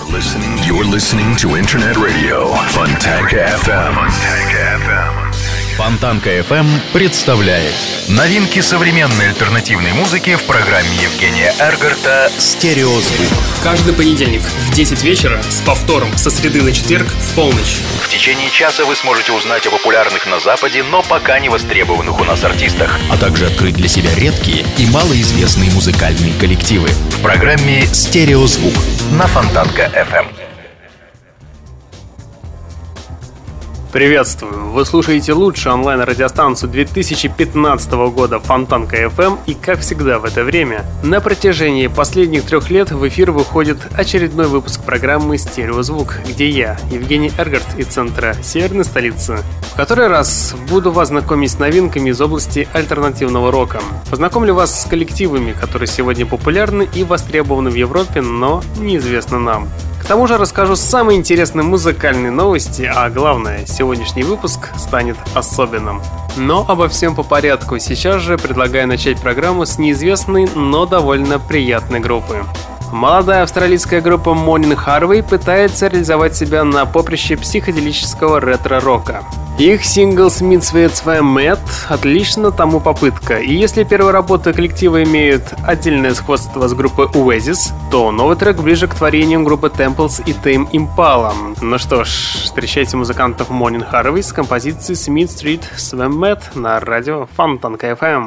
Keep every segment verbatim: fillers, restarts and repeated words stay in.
listening, you're listening to Internet Radio Fontanka эф эм. Fontanka эф эм. Fontanka эф эм представляет новинки современной альтернативной музыки в программе Евгения Эргарта «Стереозвук». Каждый понедельник в десять вечера с повтором со среды на четверг в полночь. В течение часа вы сможете узнать о популярных на Западе, но пока не востребованных у нас артистах, а также открыть для себя редкие и малоизвестные музыкальные коллективы в программе «Стереозвук» на Fontanka эф эм. Приветствую! Вы слушаете лучшую онлайн-радиостанцию две тысячи пятнадцатого года Fontanka эф эм, и, как всегда в это время, на протяжении последних трех лет в эфир выходит очередной выпуск программы «Стереозвук», где я, Евгений Эргарт из центра северной столицы, в который раз буду вас знакомить с новинками из области альтернативного рока. Познакомлю вас с коллективами, которые сегодня популярны и востребованы в Европе, но неизвестны нам. К тому же расскажу самые интересные музыкальные новости, а главное, сегодняшний выпуск станет особенным. Но обо всем по порядку. Сейчас же предлагаю начать программу с неизвестной, но довольно приятной группы. Молодая австралийская группа Morning Harvey пытается реализовать себя на поприще психоделического ретро-рока. Их сингл «Смитсвейцве Мэт» отлично тому попытка. И если первые работы коллектива имеют отдельное сходство с группой Oasis, то новый трек ближе к творениям группы Temples и Tame Impala. Ну что ж, встречайте музыкантов Morning Harvey с композицией «Смитсвейцве Мэт» на радио Fontanka эф эм.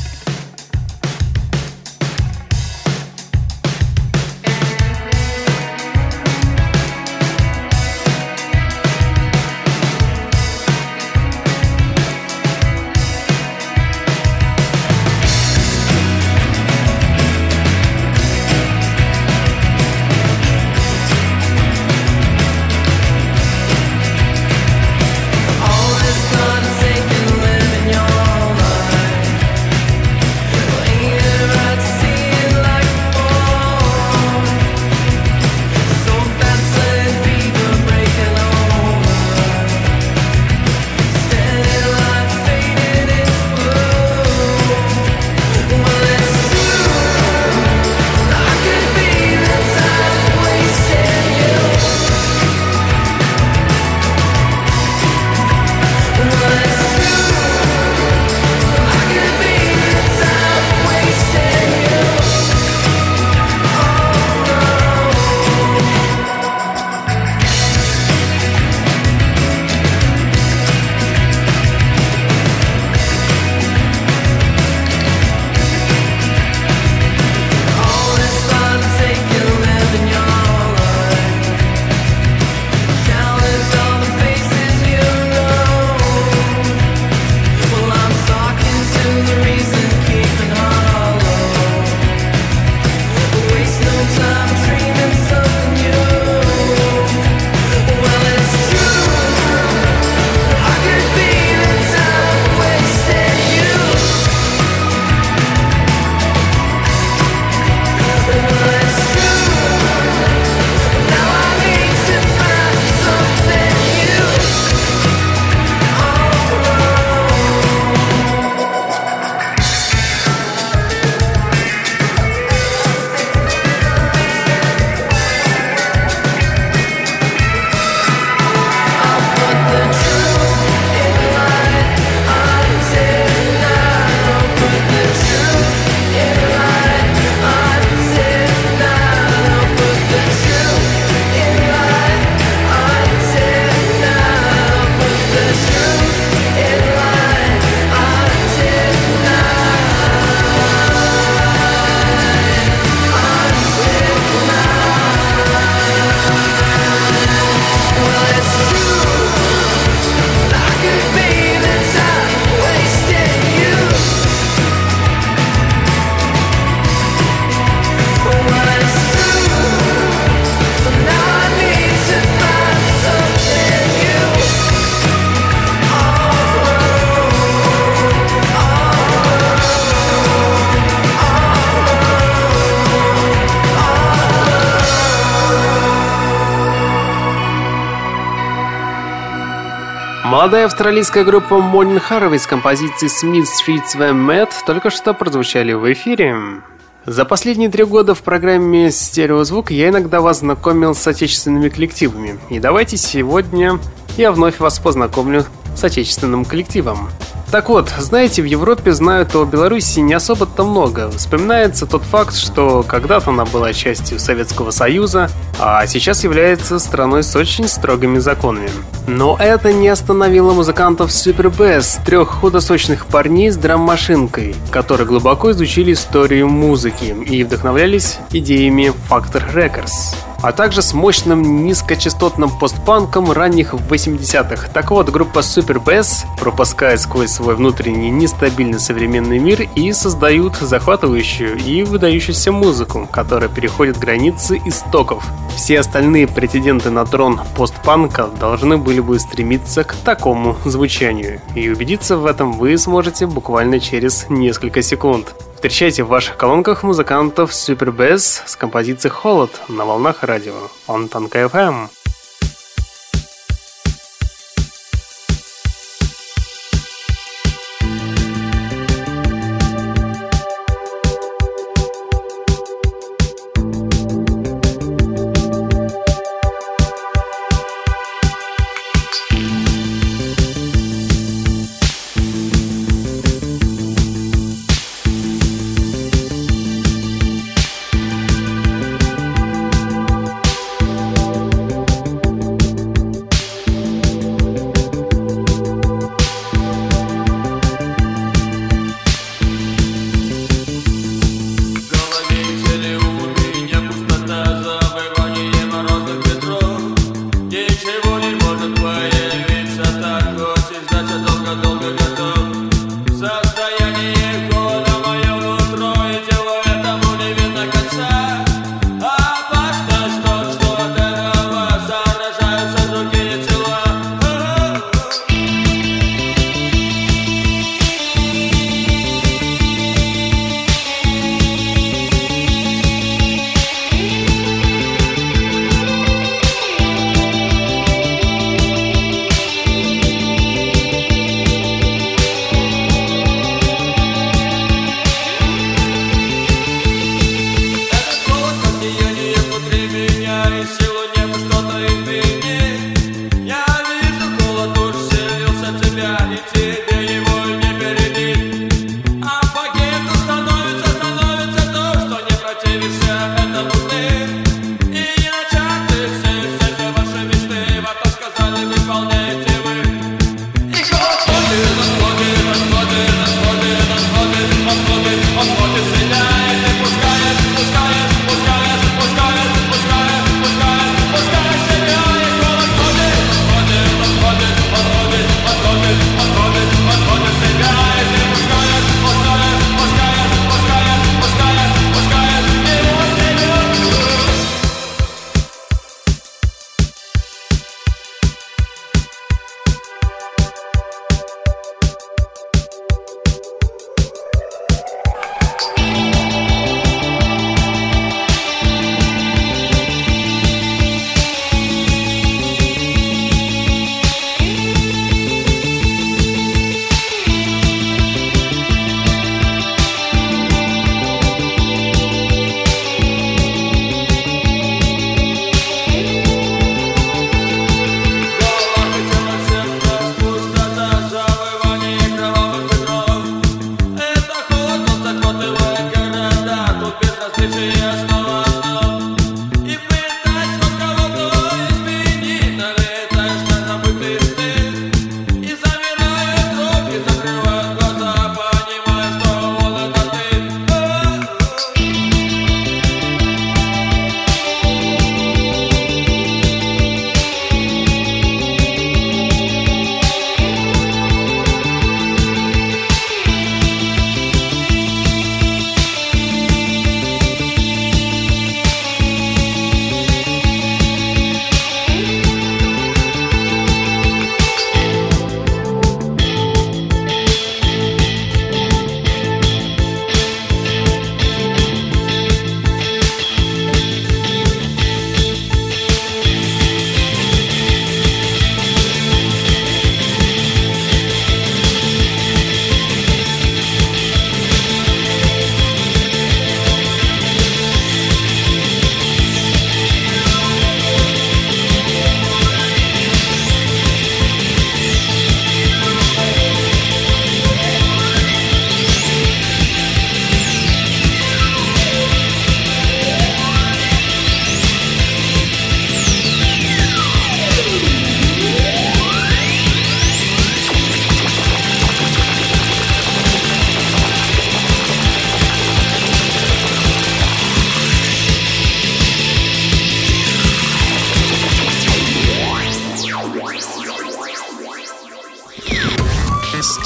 Молодая австралийская группа Morning Harvey с композицией «Smithsveyцве Мэт» только что прозвучали в эфире. За последние три года в программе «Стереозвук» я иногда вас знакомил с отечественными коллективами. И давайте сегодня я вновь вас познакомлю с отечественным коллективом. Так вот, знаете, в Европе знают о Беларуси не особо-то много. Вспоминается тот факт, что когда-то она была частью Советского Союза, а сейчас является страной с очень строгими законами. Но это не остановило музыкантов Superbass, трех худосочных парней с драм-машинкой, которые глубоко изучили историю музыки и вдохновлялись идеями Factor Records, а также с мощным низкочастотным постпанком ранних восьмидесятых. Так вот, группа Superbass пропускает сквозь свой внутренний нестабильный современный мир и создают захватывающую и выдающуюся музыку, которая переходит границы истоков. Все остальные претенденты на трон постпанка должны были бы стремиться к такому звучанию, и убедиться в этом вы сможете буквально через несколько секунд. Встречайте в ваших колонках музыкантов Superbass с композицией «Холод» на волнах радио Фонтанка эф эм. Пускает, пускает, пускает, пускает, пускает, пускает,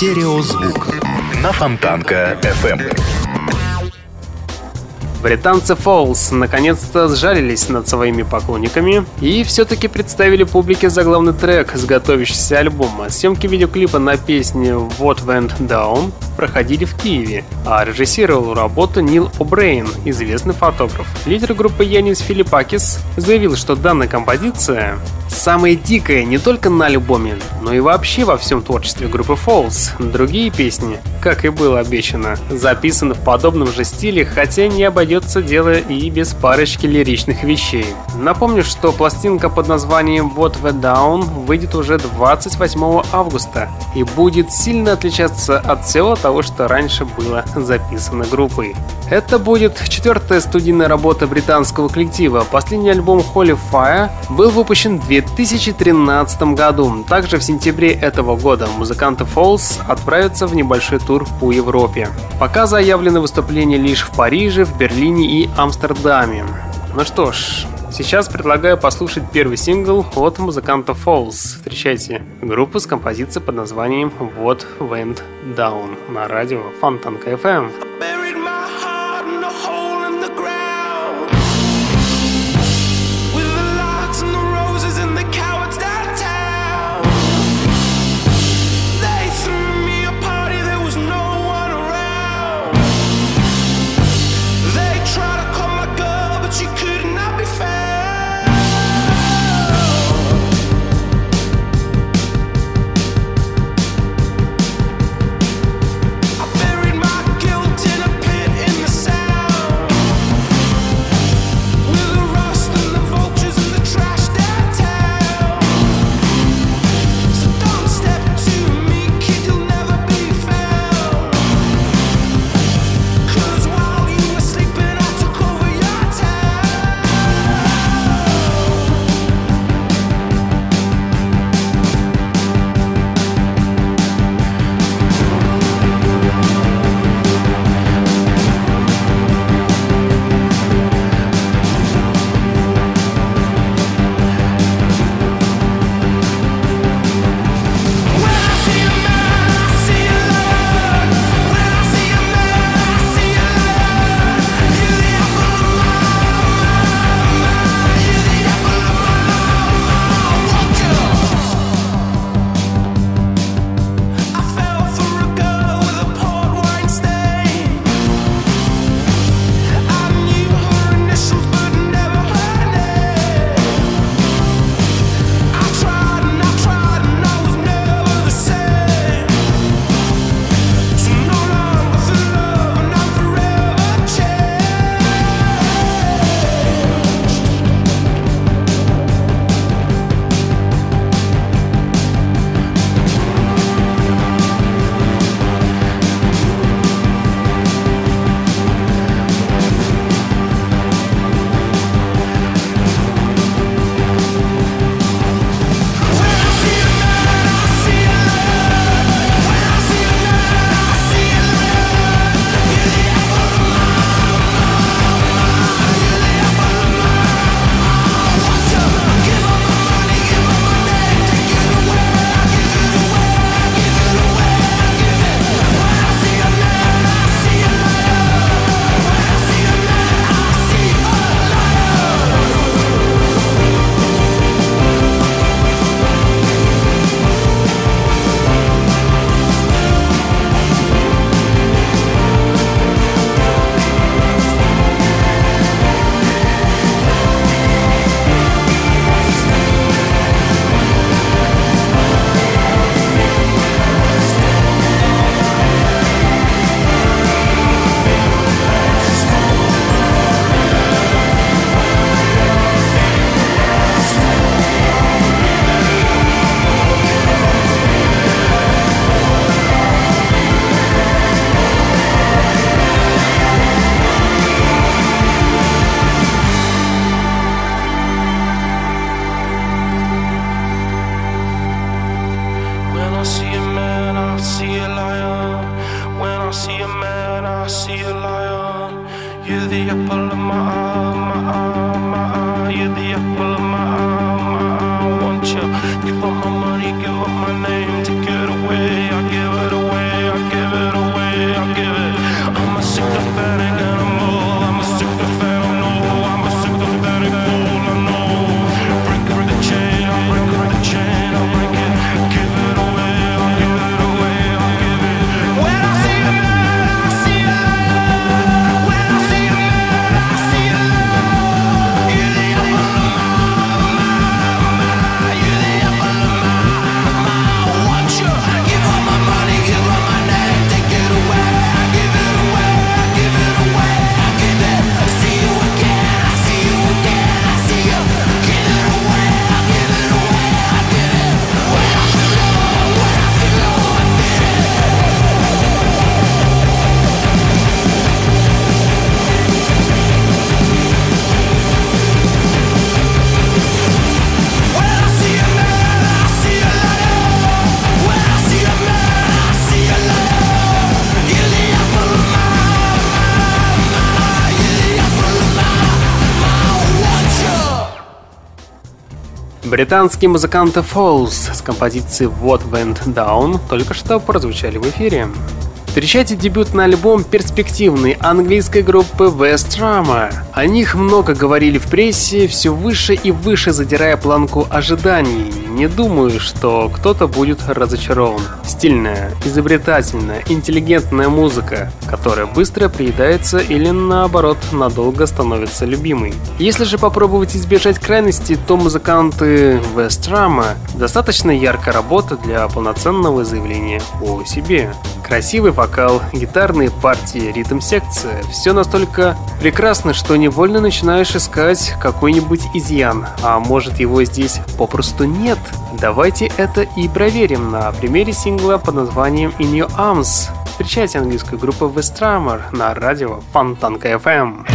Стереозвук на Фонтанка эф эм. Британцы Falls наконец-то сжалились над своими поклонниками и все-таки представили публике заглавный трек с готовящегося альбома. Съемки видеоклипа на песню What Went Down проходили в Киеве, а режиссировал работу Нил О'Брейн, известный фотограф. Лидер группы Янис Филиппакис заявил, что данная композиция самая дикая не только на альбоме, но и вообще во всем творчестве группы Falls. Другие песни, как и было обещано, записаны в подобном же стиле, хотя не обойдется дело и без парочки лиричных вещей. Напомню, что пластинка под названием What Went Down выйдет уже двадцать восьмого августа и будет сильно отличаться от всего того, что раньше было записано группой. Это будет четвертая студийная работа британского коллектива. Последний альбом Holy Fire был выпущен в две тысячи тринадцатом году. Также в сентябре этого года музыканты Falls отправятся в небольшой тур по Европе. Пока заявлены выступления лишь в Париже, в Берлине и Амстердаме. Ну что ж, сейчас предлагаю послушать первый сингл от музыкантов Falls. Встречайте группу с композицией под названием What Went Down на радио Фонтанка эф эм. Buried my guilt in a Британские музыканты Falls с композицией What Went Down только что прозвучали в эфире. Встречайте дебютный альбом перспективной английской группы Westrama. О них много говорили в прессе, все выше и выше задирая планку ожиданий. Не думаю, что кто-то будет разочарован. Стильная, изобретательная, интеллигентная музыка, которая быстро приедается или наоборот надолго становится любимой. Если же попробовать избежать крайности, то музыканты Westrama достаточно ярко работают для полноценного заявления о себе. Красивый вокал, гитарные партии, ритм-секция – все настолько прекрасно, что невольно начинаешь искать какой-нибудь изъян, а может его здесь попросту нет. Давайте это и проверим на примере сингла под названием In Your Arms. Встречайте английскую группу Westrama на радио Фонтанка эф эм.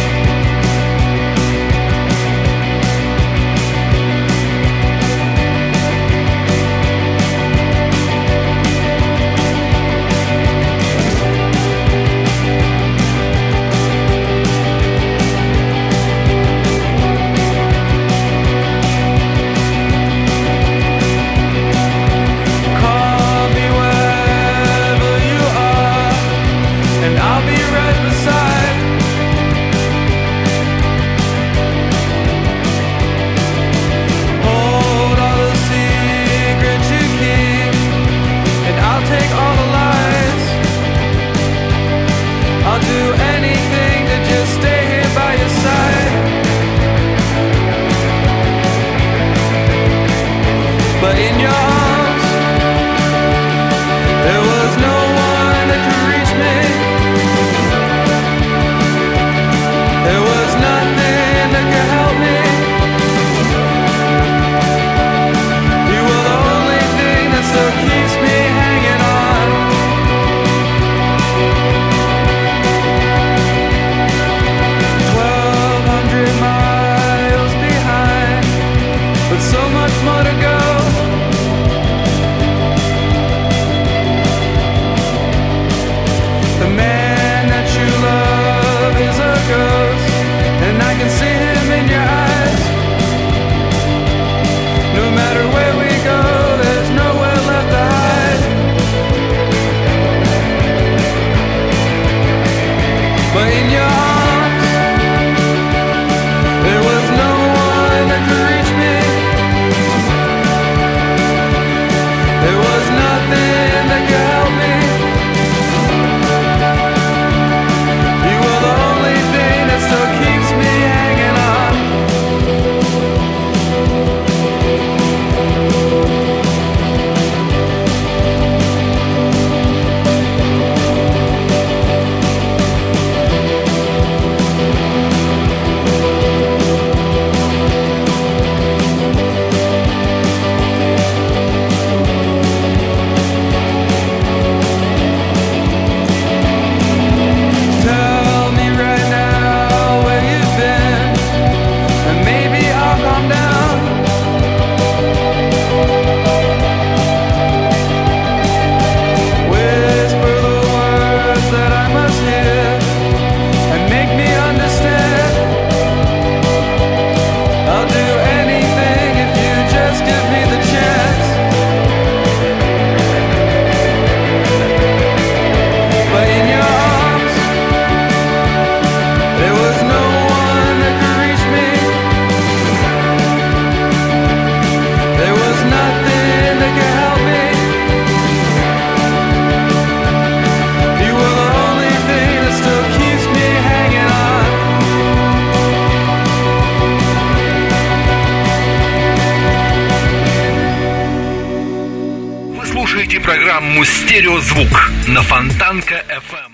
Программу «Стереозвук» на Фонтанка эф эм.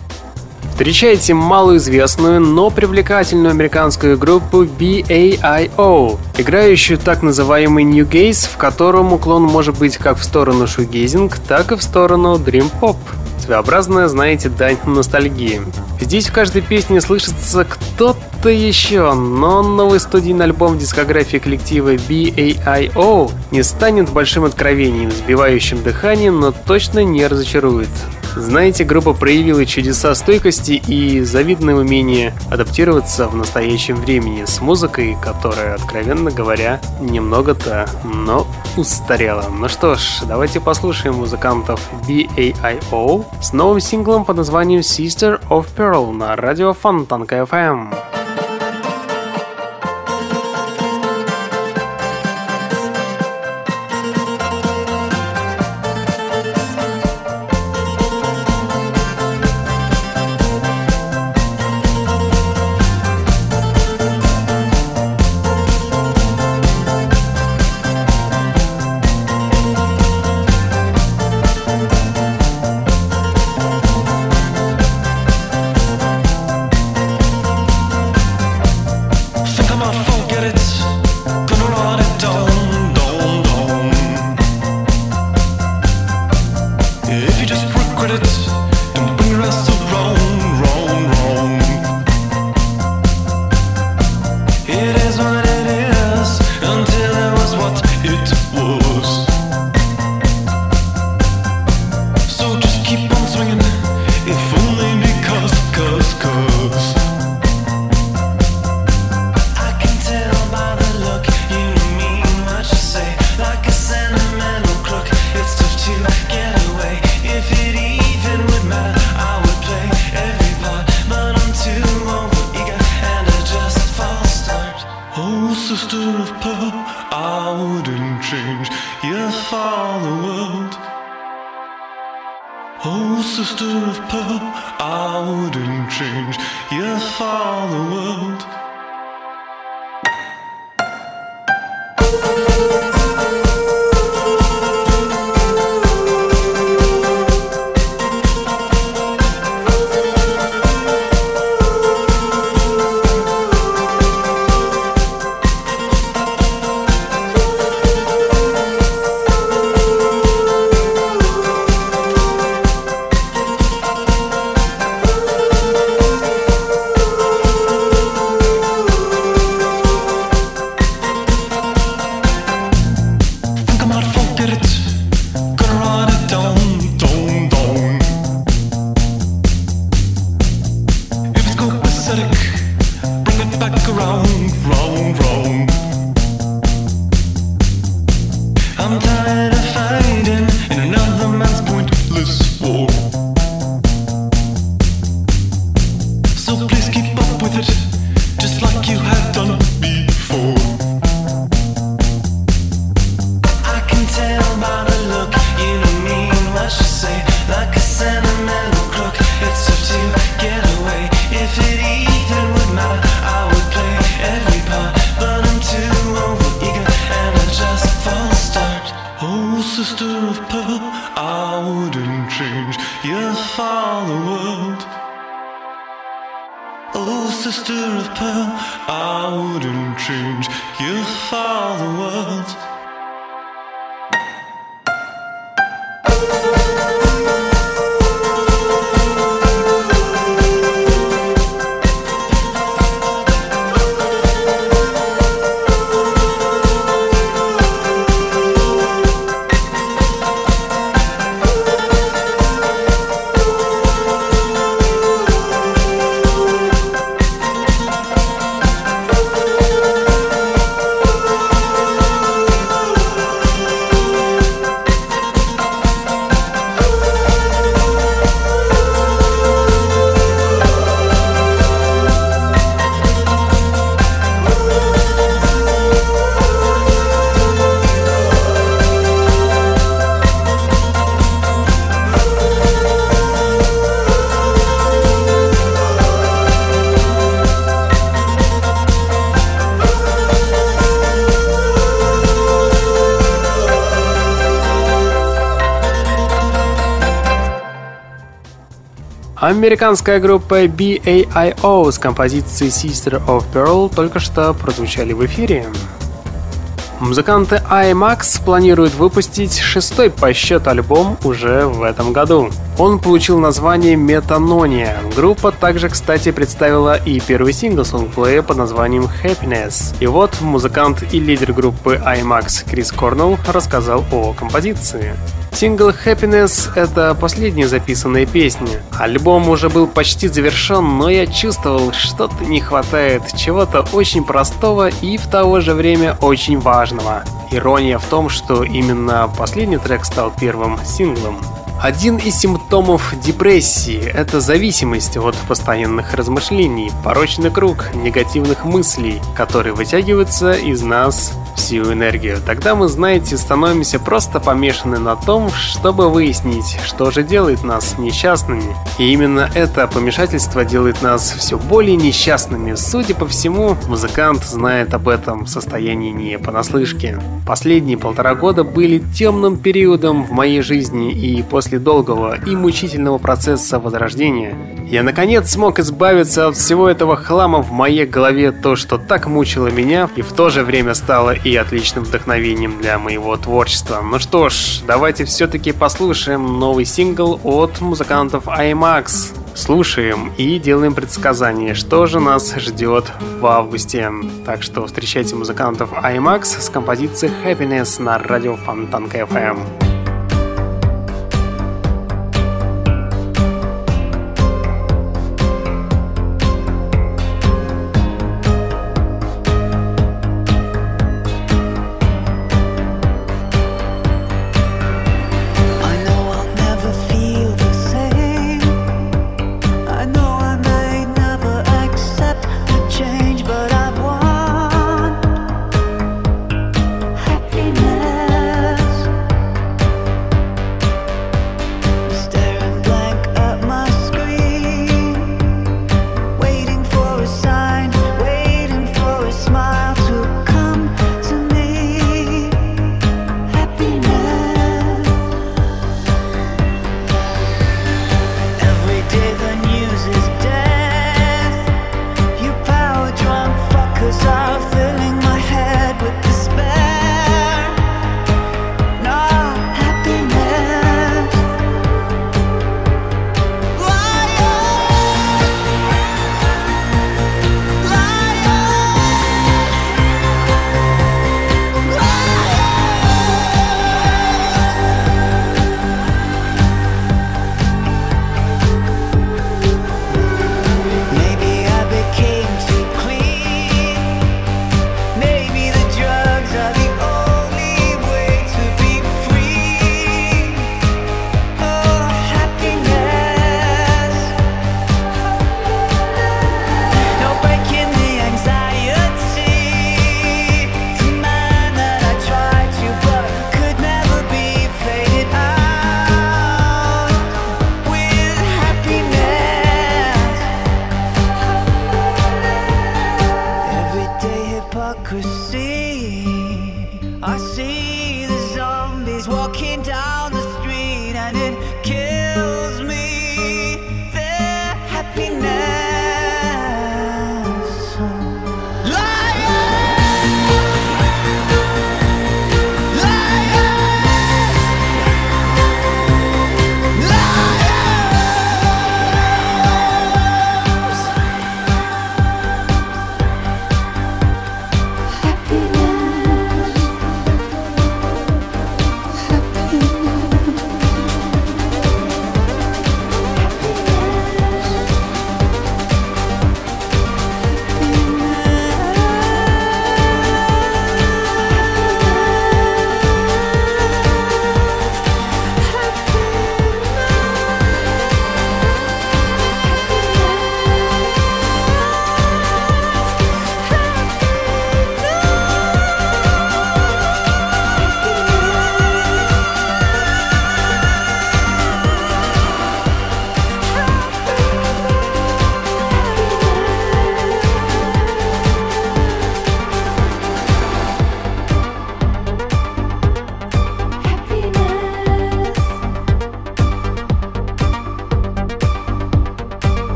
Встречайте малоизвестную, но привлекательную американскую группу би эй ай о, играющую так называемый нью-гейз, в котором уклон может быть как в сторону шугейзинг, так и в сторону дрим-поп. Своеобразная, знаете, дань ностальгии. Здесь в каждой песне слышится кто-то еще, но новый студийный альбом в дискографии коллектива би эй ай о не станет большим откровением, сбивающим дыхание, но точно не разочарует. Знаете, группа проявила чудеса стойкости и завидное умение адаптироваться в настоящем времени с музыкой, которая, откровенно говоря, немного-то, но устарела. Ну что ж, давайте послушаем музыкантов би эй ай о с новым синглом под названием Sister of Pearl на радио Фонтанка эф эм. Американская группа би эй ай о с композицией Sister of Pearl только что прозвучали в эфире. Музыканты IMAX планируют выпустить шестой по счету альбом уже в этом году. Он получил название Метанония. Группа также, кстати, представила и первый сингл с лонгплея под названием Happiness. И вот музыкант и лидер группы IMAX Крис Корнелл рассказал о композиции. Сингл Happiness — это последняя записанная песня. Альбом уже был почти завершен, но я чувствовал, что-то не хватает, чего-то очень простого и в то же время очень важного. Ирония в том, что именно последний трек стал первым синглом. Один из симптомов депрессии – это зависимость от постоянных размышлений, порочный круг негативных мыслей, которые вытягиваются из нас всю энергию. Тогда мы, знаете, становимся просто помешаны на том, чтобы выяснить, что же делает нас несчастными. И именно это помешательство делает нас все более несчастными. Судя по всему, музыкант знает об этом состоянии не понаслышке. Последние полтора года были темным периодом в моей жизни, и после После долгого и мучительного процесса возрождения я наконец смог избавиться от всего этого хлама в моей голове, то, что так мучило меня и в то же время стало и отличным вдохновением для моего творчества. Ну что ж, давайте все-таки послушаем новый сингл от музыкантов Аймакс. Слушаем и делаем предсказания, что же нас ждет в августе. Так что встречайте музыкантов Аймакс с композицией Happiness на радио Фонтанка эф эм.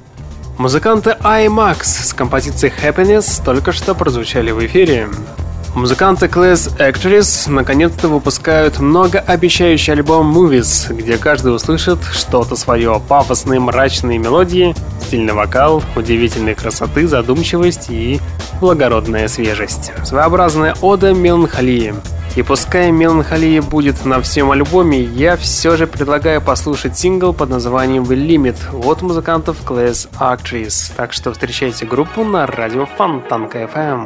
Музыканты Аймакс с композицией Happiness только что прозвучали в эфире. Музыканты Class Actress наконец-то выпускают многообещающий альбом Movies, где каждый услышит что-то свое: пафосные мрачные мелодии, стильный вокал, удивительной красоты, задумчивость и благородная свежесть. Своеобразная ода меланхолии. И пускай меланхолия будет на всем альбоме, я все же предлагаю послушать сингл под названием The Limit от музыкантов Class Actress. Так что встречайте группу на радио Фонтанка эф эм.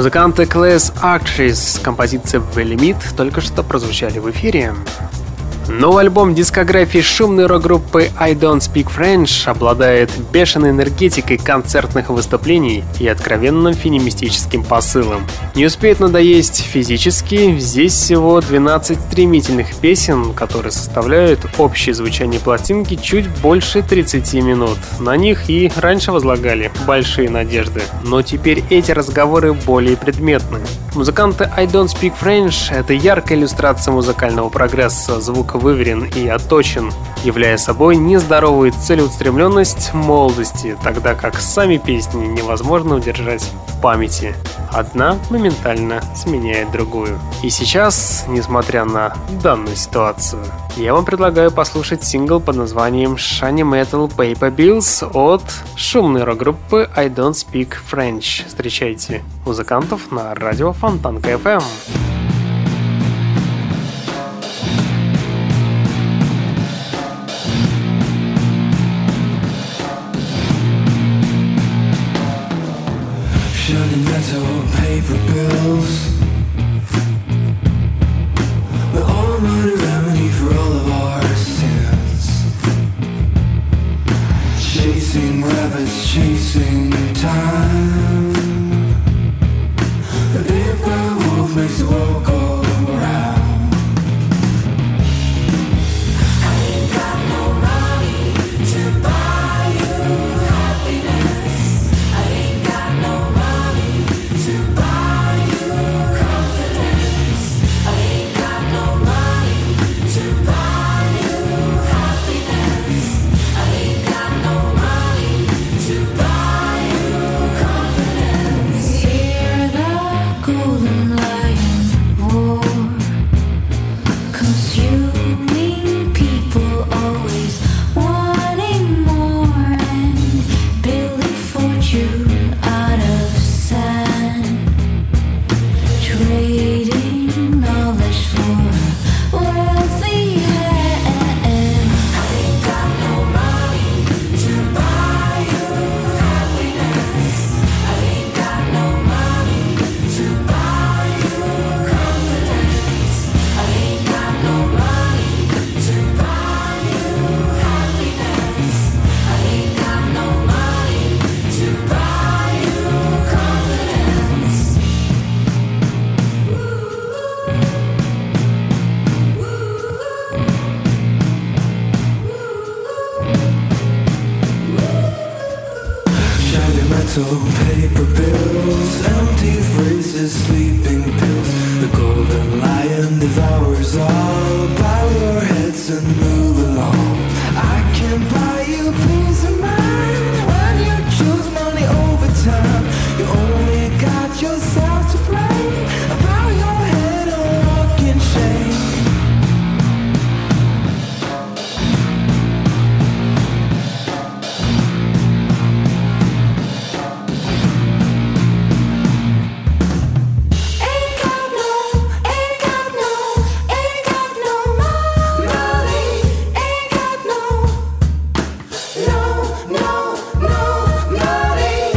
Музыканты Class Actress с композицией The Limit только что прозвучали в эфире. Новый альбом дискографии шумной рок-группы I Don't Speak French обладает бешеной энергетикой концертных выступлений и откровенным феминистическим посылом. Не успеет надоесть физически, здесь всего двенадцать стремительных песен, которые составляют общее звучание пластинки чуть больше тридцати минут. На них и раньше возлагали большие надежды, но теперь эти разговоры более предметны. Музыканты I Don't Speak French — это яркая иллюстрация музыкального прогресса, звук выверен и отточен, являя собой нездоровую целеустремленность молодости, тогда как сами песни невозможно удержать в памяти. Одна моментально сменяет другую. И сейчас, несмотря на данную ситуацию, я вам предлагаю послушать сингл под названием Shiny Metal Paper Bills от шумной рок-группы I Don't Speak French. Встречайте музыкантов на радио Фонтанка эф эм. Shiny metal paper bills, we're all money remedy for all of our sins. Chasing rabbits, chasing time. The big bad wolf makes the world go round. I ain't got no money to buy you happiness. I ain't got no money to buy you confidence. I ain't got no money to buy you happiness. I ain't got no money to buy you confidence. Hear the golden lion roar, consuming people always wanting more and building fortune out of sand, trading knowledge for a wealthy hand. I ain't got no money to buy you happiness. I ain't got no money to buy you confidence. I ain't got no money to buy you happiness. I ain't got no money to buy you confidence. Shiny metal paper bills, empty phrases, sleeping pills. The golden lion devours all. Bow your heads and move along. I can buy you peace of mind when you choose money over time. You only got yourself to blame. Bow your head and walk in shame. Ain't got no, ain't got no, ain't got no money. Ain't got no, no, no, no money.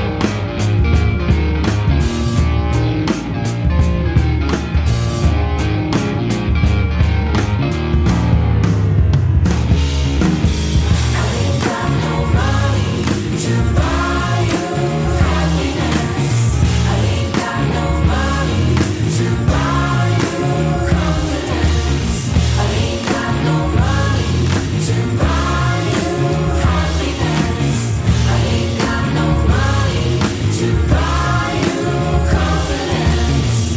I ain't got no money to buy you happiness. I ain't got no money to buy you confidence. I ain't got no money to buy you happiness. I ain't got no money to buy you confidence.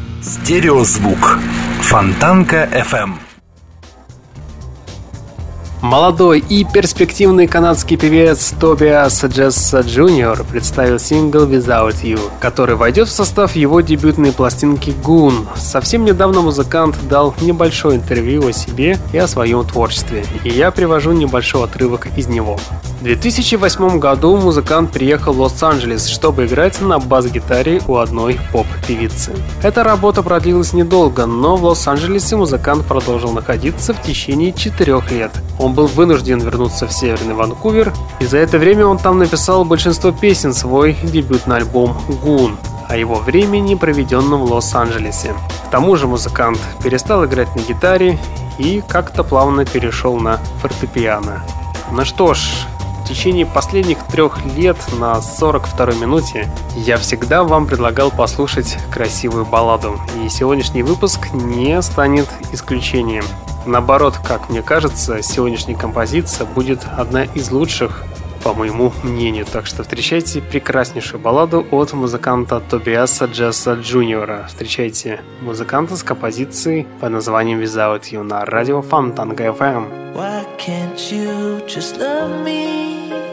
Стереозвук. Фонтанка эф эм. Молодой и перспективный канадский певец Тобиас Джесса Джуниор представил сингл «Without You», который войдет в состав его дебютной пластинки «Goon». Совсем недавно музыкант дал небольшое интервью о себе и о своем творчестве, и я привожу небольшой отрывок из него. В две тысячи восьмом году музыкант приехал в Лос-Анджелес, чтобы играть на бас-гитаре у одной поп-певицы. Эта работа продлилась недолго, но в Лос-Анджелесе музыкант продолжил находиться в течение четырех лет. Он был вынужден вернуться в Северный Ванкувер, и за это время он там написал большинство песен свой дебютный альбом «Goon» о его времени, проведенном в Лос-Анджелесе. К тому же музыкант перестал играть на гитаре и как-то плавно перешел на фортепиано. Ну что ж, в течение последних трех лет на сорок второй минуте я всегда вам предлагал послушать красивую балладу, и сегодняшний выпуск не станет исключением. Наоборот, как мне кажется, сегодняшняя композиция будет одна из лучших, по моему мнению. Так что встречайте прекраснейшую балладу от музыканта Тобиаса Джесса Джуниора. Встречайте музыканта с композицией под названием «Without You» на радио Фонтанка эф эм. Why can't you just love me?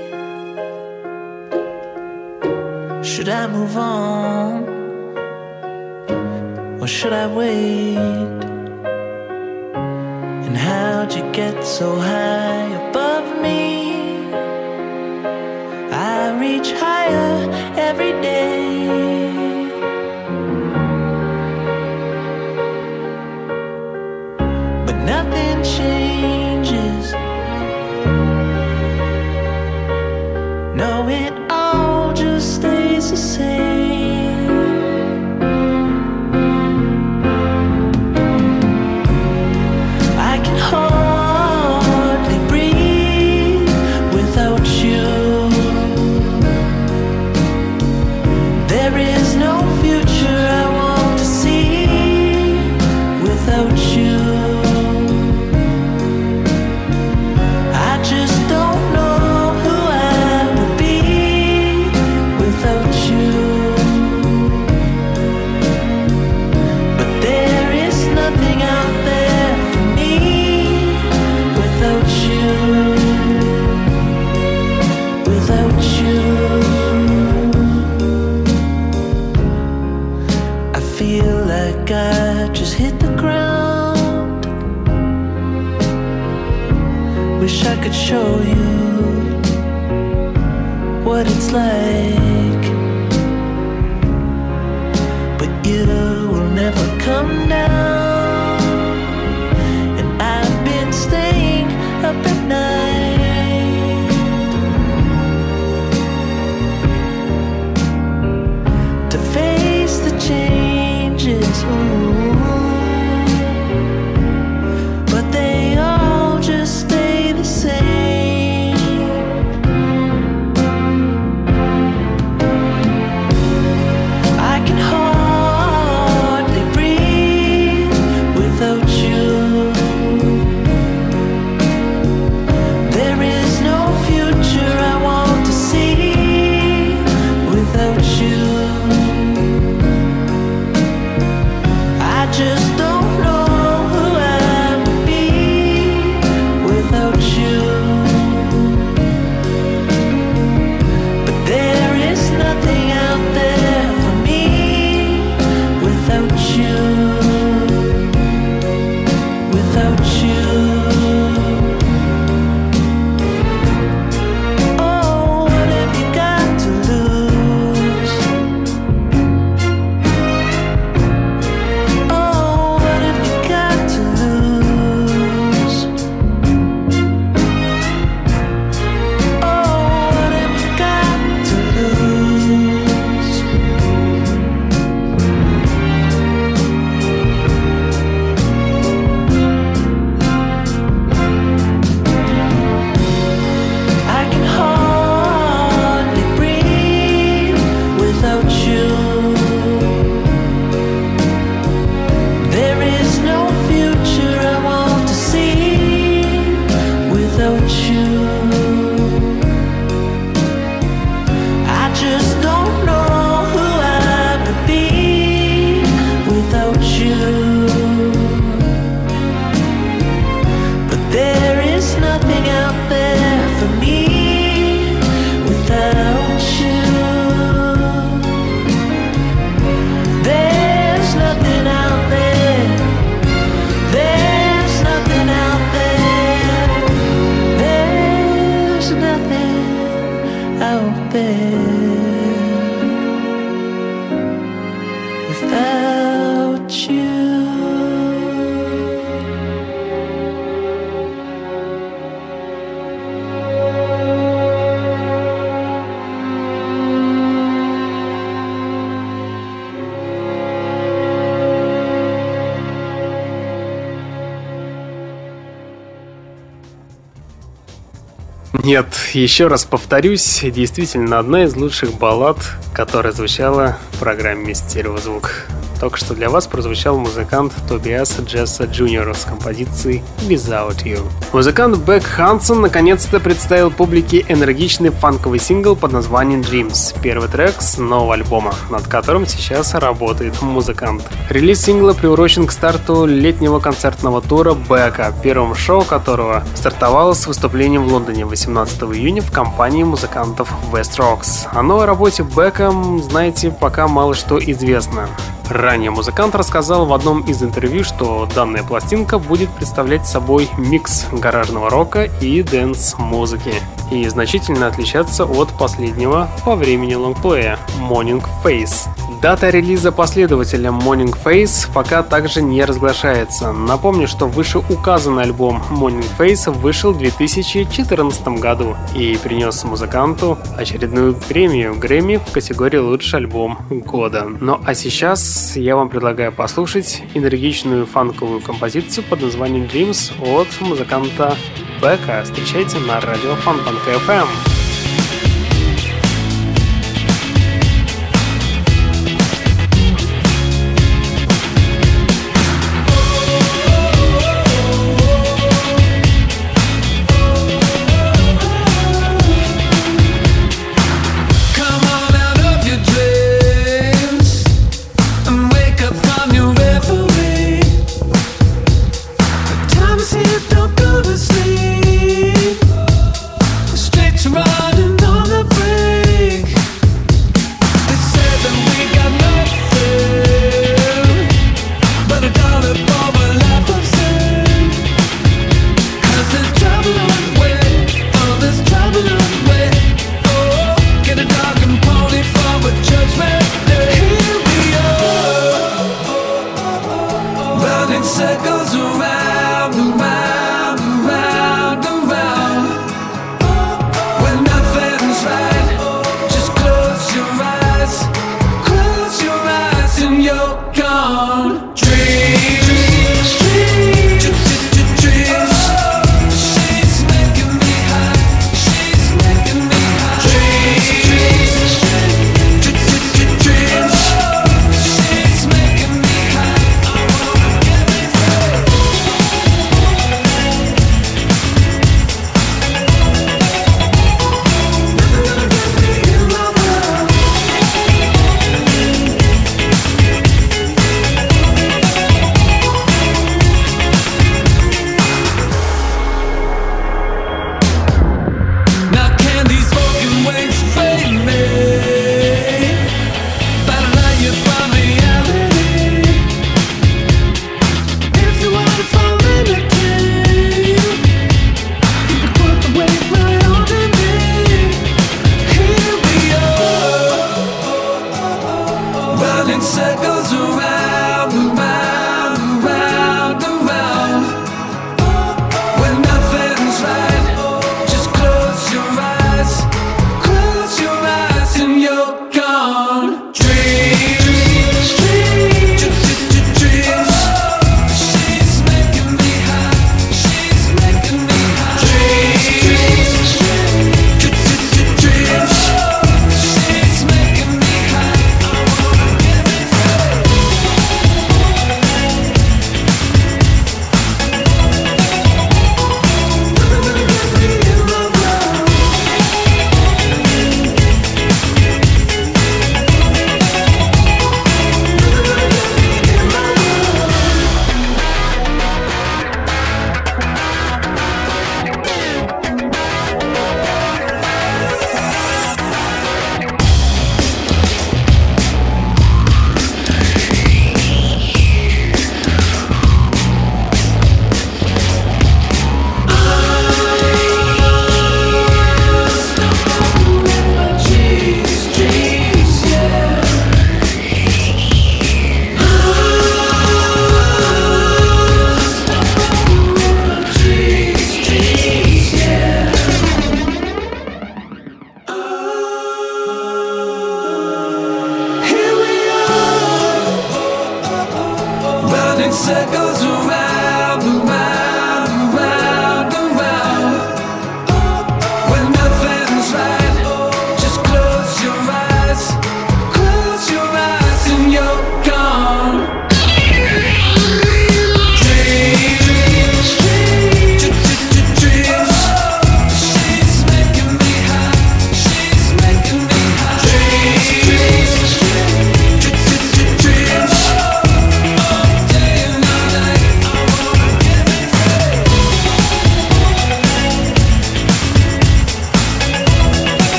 Should I move on? Or should I wait? And how'd you get so high above me? I reach higher every day. But nothing changes. No, it all just stays the same. I can hardly breathe without you. There is no future I want to see without you. I just don't know who I would be without you. But there is nothing out there for me without you. Without you, I feel like I just hit the ground. Wish I could show you what it's like, but you will never come down. And I've been staying up at night to face the changes, ooh. But they all just stay the same. I can hardly breathe without you. There is no future I want to see without you. I just don't know who I would be without you. But there is nothing out there for me without you. there without you. Нет, еще раз повторюсь, действительно одна из лучших баллад, которая звучала в программе «Стереозвук». Только что для вас прозвучал музыкант Тобиас Джесса Джуниор с композицией «Without You». Музыкант Бек Хансон наконец-то представил публике энергичный фанковый сингл под названием «Dreams», первый трек с нового альбома, над которым сейчас работает музыкант. Релиз сингла приурочен к старту летнего концертного тура Бека, первым шоу которого стартовало с выступлением в Лондоне восемнадцатого июня в компании музыкантов West Rocks. О новой работе Бека, знаете, пока мало что известно. Ранее музыкант рассказал в одном из интервью, что данная пластинка будет представлять собой микс гаражного рока и дэнс-музыки и значительно отличаться от последнего по времени лонгплея Morning Face. Дата релиза последователя Morning Face пока также не разглашается. Напомню, что вышеуказанный альбом Morning Face вышел в две тысячи четырнадцатом году и принес музыканту очередную премию Грэмми в категории «Лучший альбом года». Ну а сейчас я вам предлагаю послушать энергичную фанковую композицию под названием Dreams от музыканта Бека. Встречайте на радио Фонтанка эф эм. Don't go to sleep. Straight to my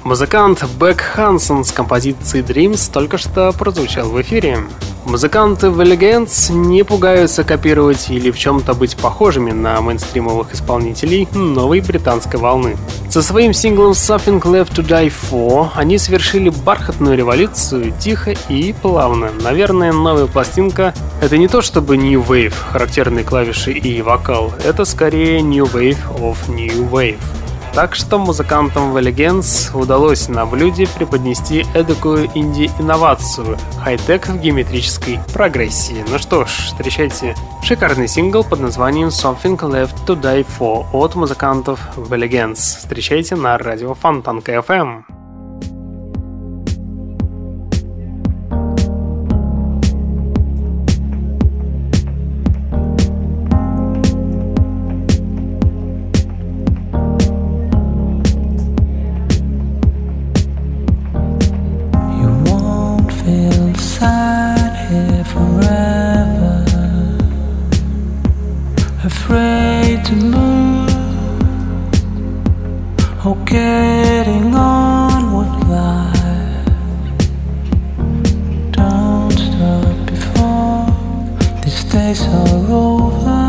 Музыкант Бек Хансен с композицией Dreams только что прозвучал в эфире. Музыканты Elegance не пугаются копировать или в чем-то быть похожими на мейнстримовых исполнителей новой британской волны. Со своим синглом Something Left to Die For они совершили бархатную революцию тихо и плавно. Наверное, новая пластинка — это не то чтобы New Wave, характерные клавиши и вокал, это скорее New Wave of New Wave. Так что музыкантам Elegance удалось на блюде преподнести эдакую инди-инновацию, хай-тек в геометрической прогрессии. Ну что ж, встречайте шикарный сингл под названием Something Left to Die For от музыкантов Elegance. Встречайте на радио Фонтанка эф эм. Afraid to move, or getting on with life. Don't stop before these days are over.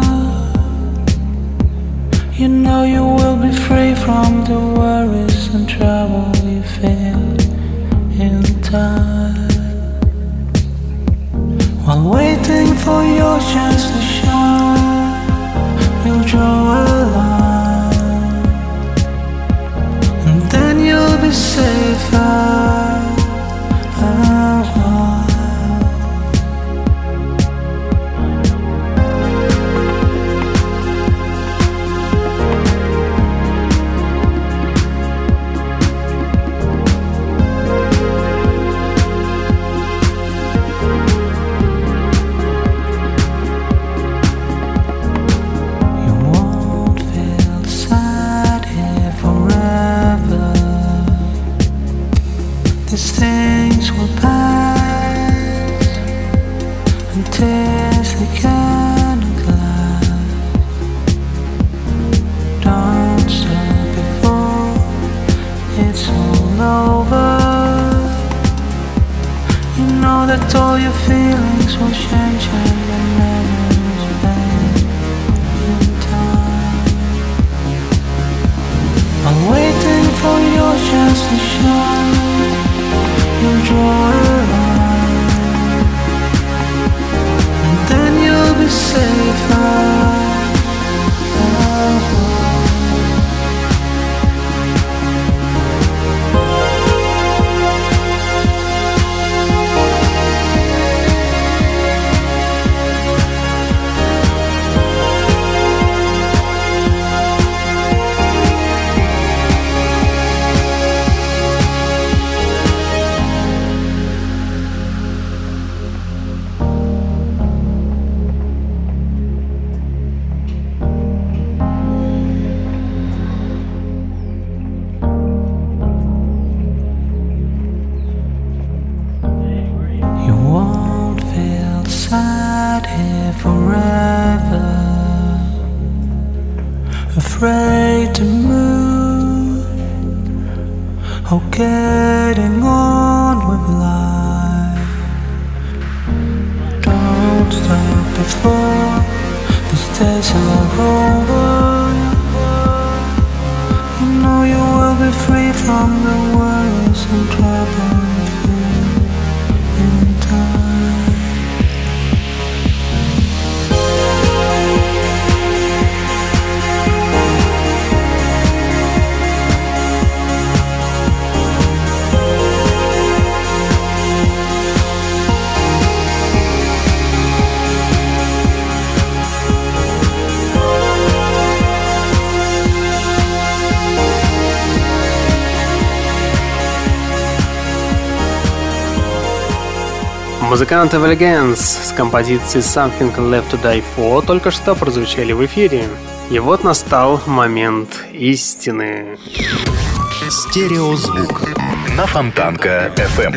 You know you will be free from the worries and trouble you feel in time. While waiting for your chance to shine, you'll draw a line, and then you'll be safer. These things will pass and tears they cannot last. Don't stop before it's all over. You know that all your feelings will change and your memories fade in time. I'm waiting for your chance to shine. You'll draw a line, and then you'll be safer. Afraid to move, or getting on with life. Don't stop before these days are over. You know you will be free from the worries and trouble you feel in time. Музыканты Elegance с композицией Something Left to Die For только что прозвучали в эфире. И вот настал момент истины. Стереозвук на Фонтанка эф эм.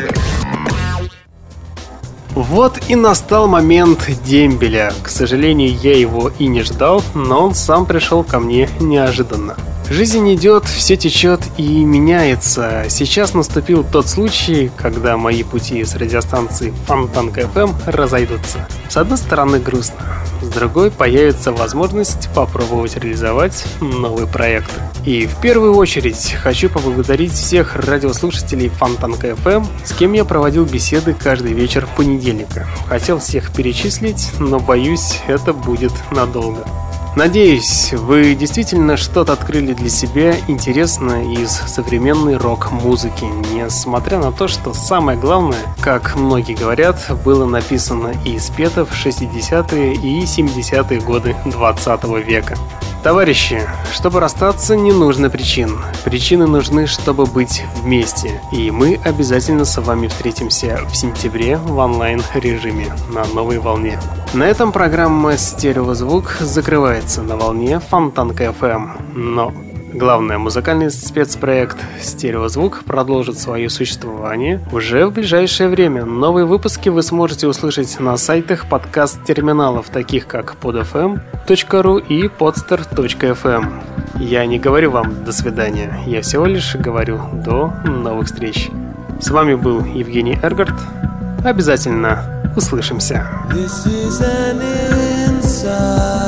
Вот и настал момент дембеля. К сожалению, я его и не ждал, но он сам пришел ко мне неожиданно. Жизнь идет, все течет и меняется. Сейчас наступил тот случай, когда мои пути с радиостанцией Фонтанка эф эм разойдутся. С одной стороны грустно, с другой появится возможность попробовать реализовать новый проект. И в первую очередь хочу поблагодарить всех радиослушателей Фонтанка эф эм, с кем я проводил беседы каждый вечер понедельника. Хотел всех перечислить, но боюсь, это будет надолго. Надеюсь, вы действительно что-то открыли для себя интересное из современной рок-музыки, несмотря на то, что самое главное, как многие говорят, было написано и спето в шестидесятые и семидесятые годы двадцатого века. Товарищи, чтобы расстаться, не нужно причин. Причины нужны, чтобы быть вместе. И мы обязательно с вами встретимся в сентябре в онлайн-режиме на новой волне. На этом программа «Стереозвук» закрывается на волне Фонтанка эф эм. Но главное, музыкальный спецпроект «Стереозвук» продолжит свое существование уже в ближайшее время. Новые выпуски вы сможете услышать на сайтах подкаст-терминалов, таких как под эф эм точка ру и подстер точка эф эм. Я не говорю вам «до свидания», я всего лишь говорю «до новых встреч». С вами был Евгений Эргард. Обязательно услышимся. This is an insight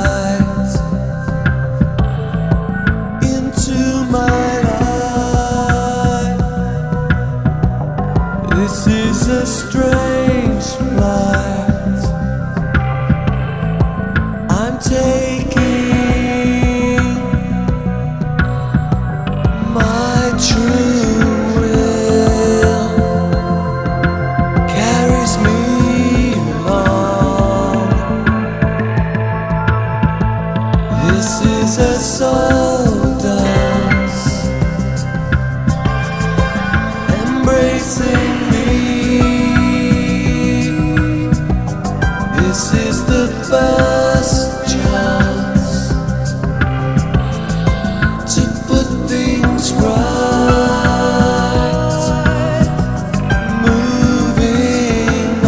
into my life. This is a strange flight I'm taking. My true will carries me along. This is a soul dance embracing me. This is the first chance to put things right. Moving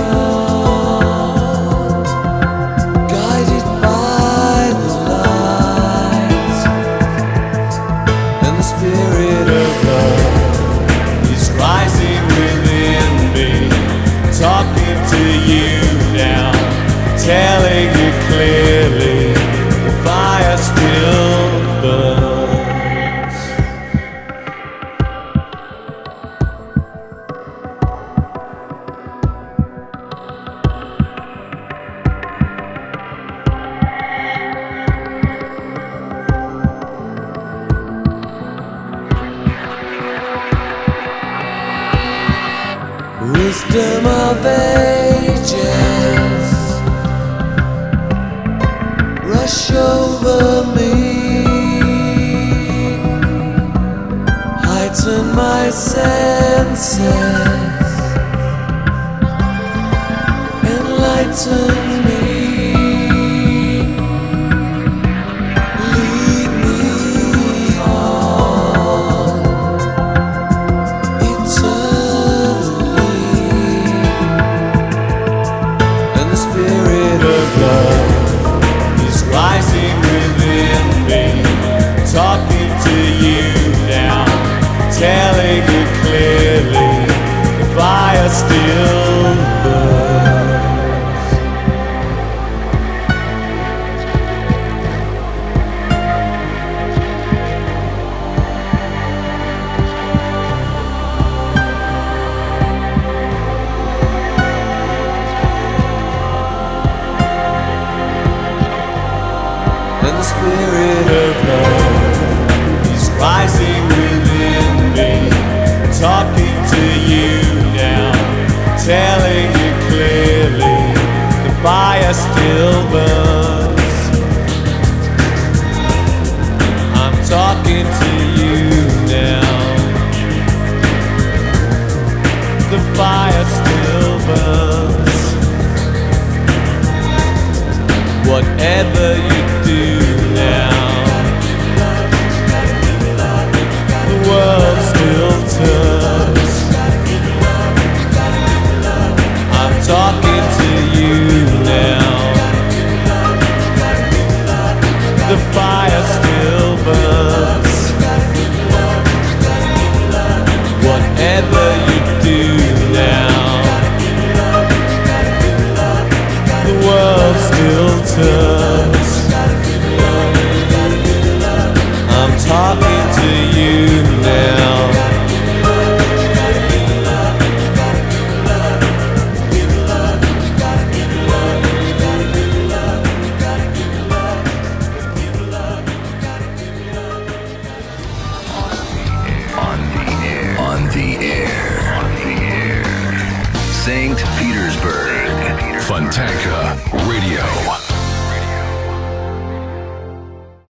on, guided by the light, and the spirit of love is rising within me. Talking to you now, telling you clearly, the fire still burns. Wisdom of ages rush over me, heighten my senses, enlighten me. Lead me on eternally, and the spirit of love is rising within me. Talking to you now, telling you clearly, the fire still burns. And the spirit of love is rising within me. Talking to you now, telling you clearly, the fire still burns. I'm talking to you now, the fire still burns. Whatever you do now, the world still turns. I'm talking to you now, the fire still burns. Saint Petersburg. Fontanka Radio.